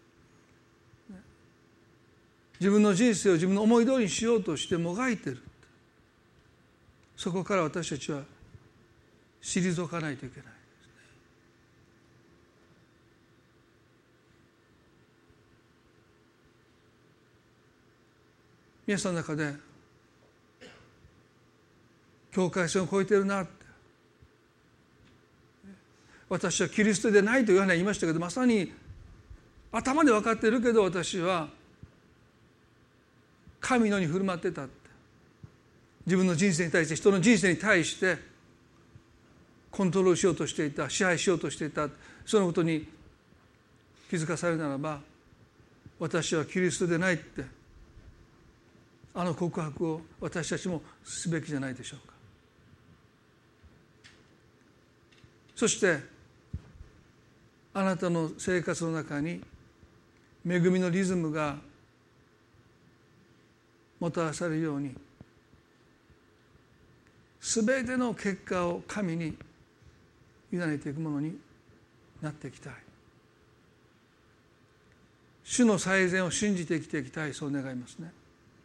自分の人生を自分の思い通りにしようとしてもがいている。そこから私たちは退かないといけないですね。皆さんの中で境界線を越えているなって、私はキリストでないとヨハネは言いましたけど、まさに頭で分かっているけど私は神のように振る舞ってたって、自分の人生に対して、人の人生に対してコントロールしようとしていた、支配しようとしていた、そのことに気づかされるならば、私はキリストでないってあの告白を私たちもすべきじゃないでしょうか。そしてあなたの生活の中に恵みのリズムがもたらされるように、すべての結果を神に委ねていくものになっていきたい。主の最善を信じて生きていきたい、そう願いますね。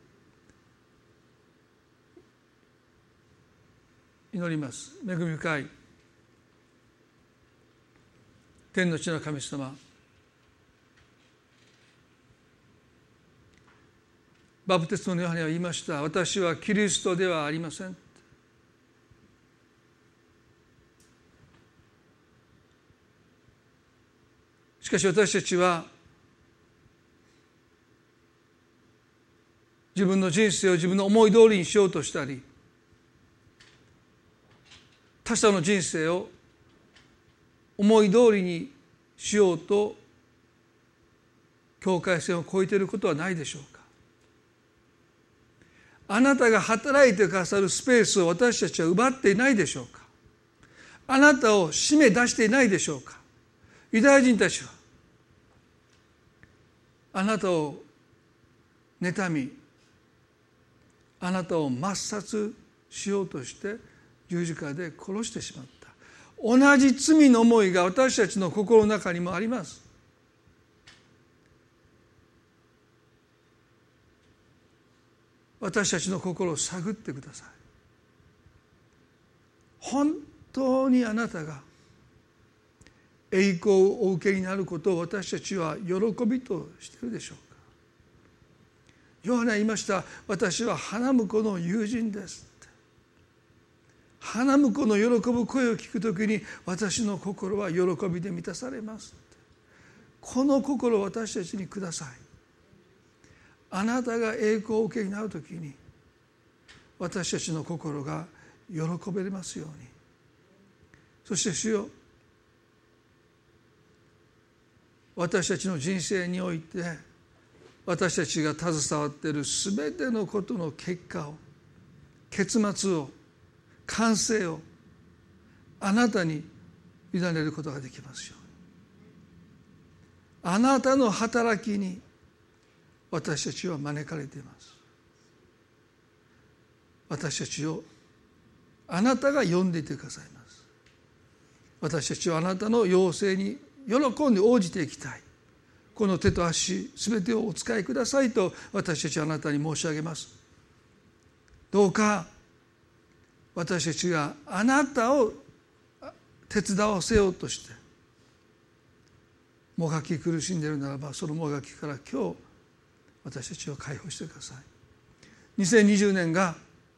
祈ります。恵み深い天の地の神様、バプテスマのヨハネは言いました。私はキリストではありません。しかし私たちは自分の人生を自分の思い通りにしようとしたり、他者の人生を思い通りにしようと境界線を越えていることはないでしょうか。あなたが働いてくださるスペースを私たちは奪っていないでしょうか。あなたを締め出していないでしょうか。ユダヤ人たちはあなたを妬み、あなたを抹殺しようとして十字架で殺してしまった。同じ罪の思いが私たちの心の中にもあります。私たちの心を探ってください。本当にあなたが栄光をお受けになることを私たちは喜びとしているでしょうか。ヨハネは言いました。私は花婿の友人です。花婿の喜ぶ声を聞くときに私の心は喜びで満たされます。この心を私たちにください。あなたが栄光をお受けになるときに私たちの心が喜べますように。そして主よ、私たちの人生において私たちが携わっているすべてのことの結果を、結末を、完成をあなたに委ねることができますように。あなたの働きに私たちは招かれています。私たちをあなたが呼んでいてくださいます。私たちはあなたの要請に喜んで応じていきたい。この手と足すべてをお使いくださいと私たちはあなたに申し上げます。どうか私たちがあなたを手伝わせようとしてもがき苦しんでいるならば、そのもがきから今日私たちを解放してください。2020年が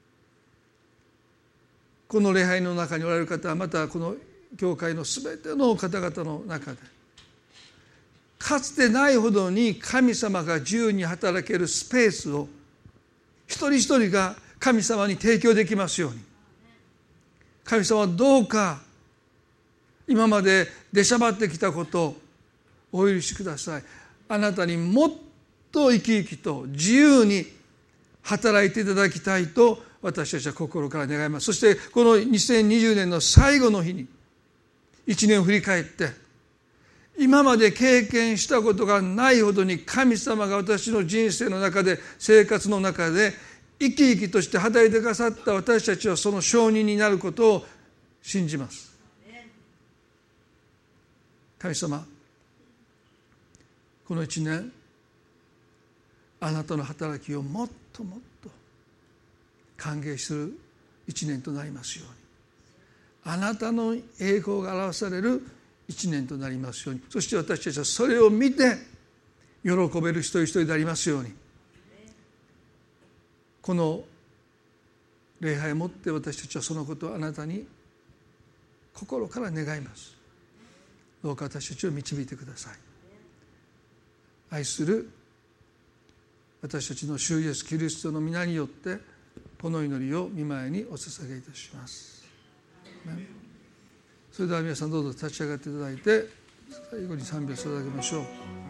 この礼拝の中におられる方、またこの教会のすべての方々の中でかつてないほどに神様が自由に働けるスペースを一人一人が神様に提供できますように。神様はどうか今まで出しゃばってきたことをお許しください。あなたにもっと生き生きと自由に働いていただきたいと私たちは心から願います。そしてこの2020年の最後の日に一年を振り返って、今まで経験したことがないほどに神様が私の人生の中で、生活の中で生き生きとして働いてくださった私たちはその証人になることを信じます。神様、この一年あなたの働きをもっともっと歓迎する一年となりますように。あなたの栄光が表される一年となりますように。そして私たちはそれを見て喜べる一人一人でありますように。この礼拝をもって私たちはそのことをあなたに心から願います。どうか私たちを導いてください。愛する私たちの主イエスキリストの皆によってこの祈りを御前にお捧げいたします。それでは皆さんどうぞ立ち上がっていただいて最後に賛美を捧げましょう。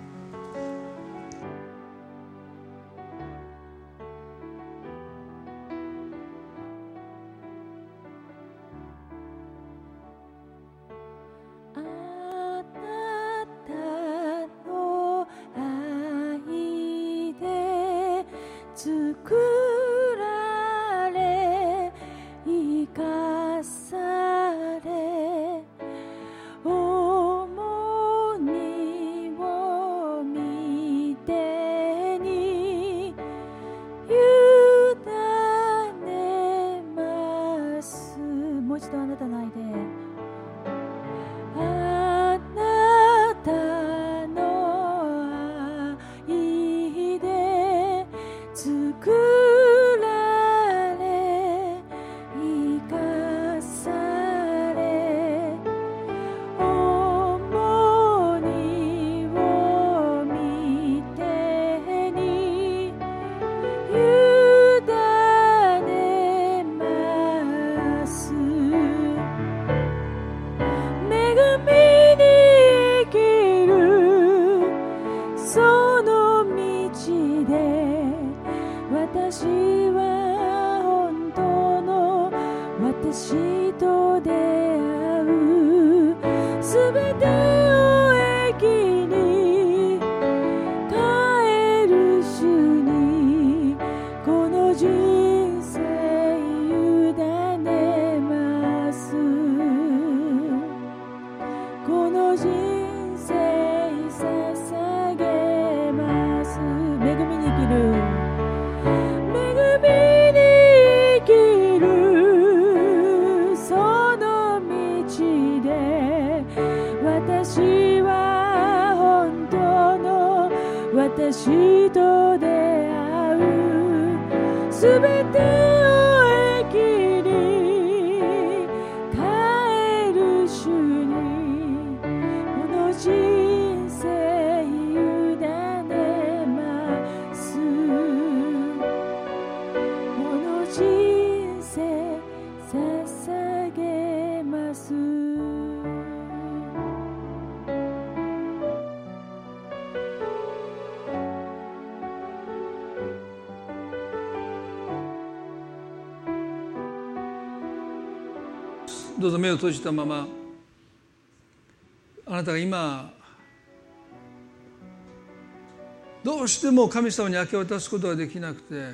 私と出会うすべてを駅に帰る主にこの人生委ねますこの人生捧げますどうぞ目を閉じたまま、あなたが今どうしても神様に明け渡すことができなくて、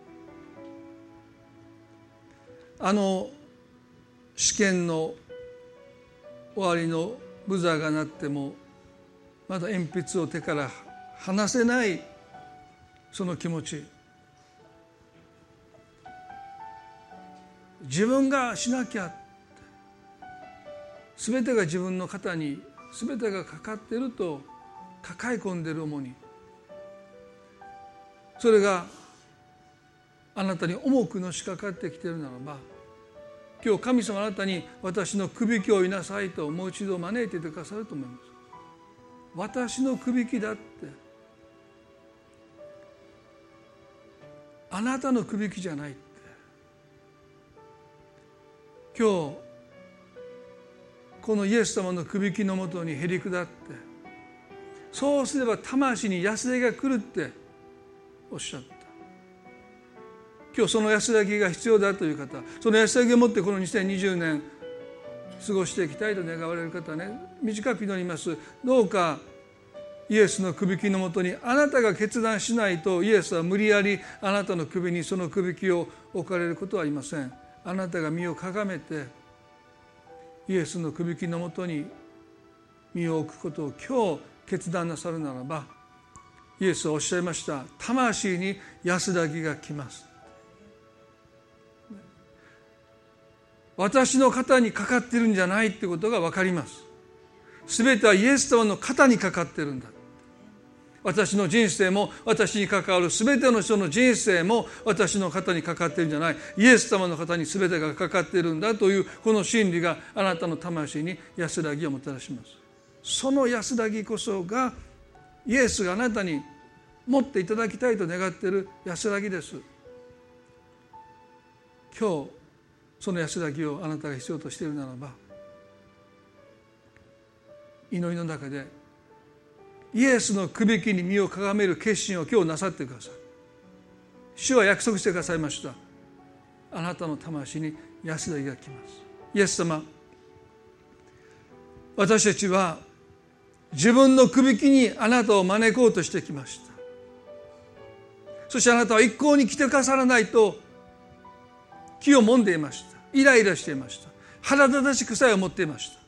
あの試験の終わりのブザーが鳴ってもまだ鉛筆を手から離せないその気持ち、自分がしなきゃ、全てが自分の肩に全てがかかっていると抱え込んでいる重荷、それがあなたに重くのしかかってきているならば、今日神様あなたに私のくびきを負いなさいともう一度招いていてくださると思います。私のくびきだって、あなたのくびきじゃないって、今日このイエス様のくびきのもとにへり下って、そうすれば魂に安らぎが来るっておっしゃった。今日その安らぎが必要だという方、その安らぎを持ってこの2020年過ごしていきたいと願われる方はね、短く祈ります。どうかイエスのくびきのもとにあなたが決断しないと、イエスは無理やりあなたの首にそのくびきを置かれることはありません。あなたが身をかがめてイエスのくびきのもとに身を置くことを今日決断なさるならば、イエスはおっしゃいました。魂に安らぎが来ます。私の肩にかかっているんじゃないってことが分かります。すべてはイエス様の肩にかかっているんだ。私の人生も私に関わるすべての人の人生も私の肩にかかっているんじゃない、イエス様の肩にすべてがかかっているんだというこの真理があなたの魂に安らぎをもたらします。その安らぎこそがイエスがあなたに持っていただきたいと願っている安らぎです。今日その安らぎをあなたが必要としているならば、 祈りの中でイエスのくびきに身をかがめる決心を今日なさってください。主は約束してくださいました。あなたの魂に安らぎが来ます。イエス様、私たちは自分のくびきにあなたを招こうとしてきました。そしてあなたは一向に来てくださらないと気をもんでいました。イライラしていました。腹立たしくさえ思っていました。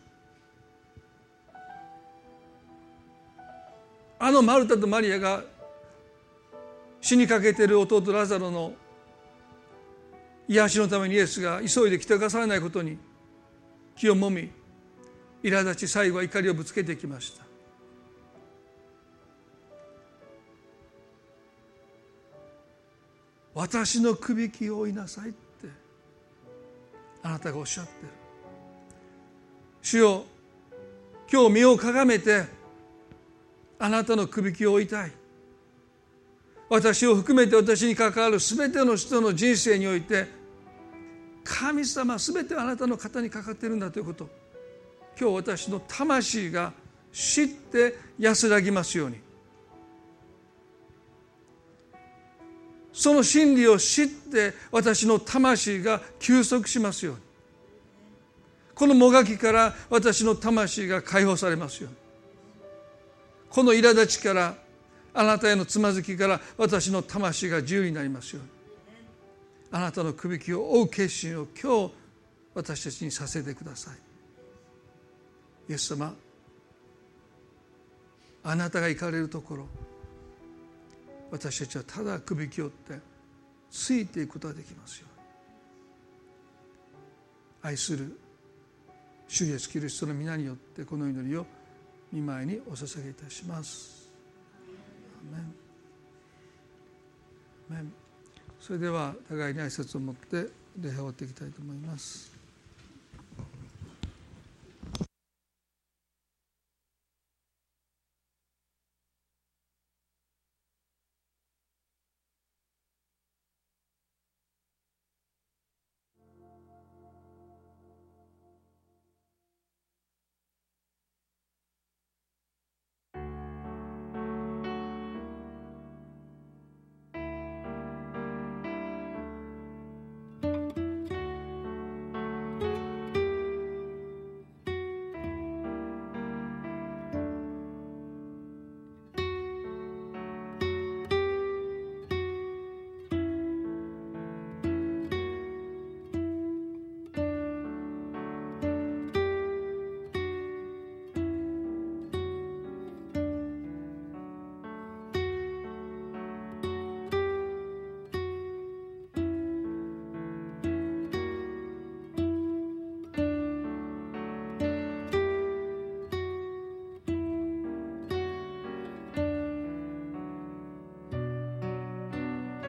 あのマルタとマリアが死にかけている弟ラザロの癒しのためにイエスが急いで来てくださらないことに気をもみ、苛立ち、最後は怒りをぶつけてきました。私のくびきを追いなさいってあなたがおっしゃってる。主よ、今日身をかがめてあなたのくびきを追いたい。私を含めて私に関わるすべての人の人生において神様すべてあなたの肩にかかっているんだということ、今日私の魂が知って安らぎますように、その真理を知って私の魂が休息しますように、このもがきから私の魂が解放されますように、この苛立ちからあなたへのつまずきから私の魂が自由になりますように、あなたのくびきを追う決心を今日私たちにさせてください。イエス様、あなたが行かれるところ、私たちはただくびきを追ってついていくことができますように。愛する主イエスキリストの皆によってこの祈りを御前にお捧げいたします。アメン。アメン。それでは互いに挨拶を持って礼拝を終わっていきたいと思います。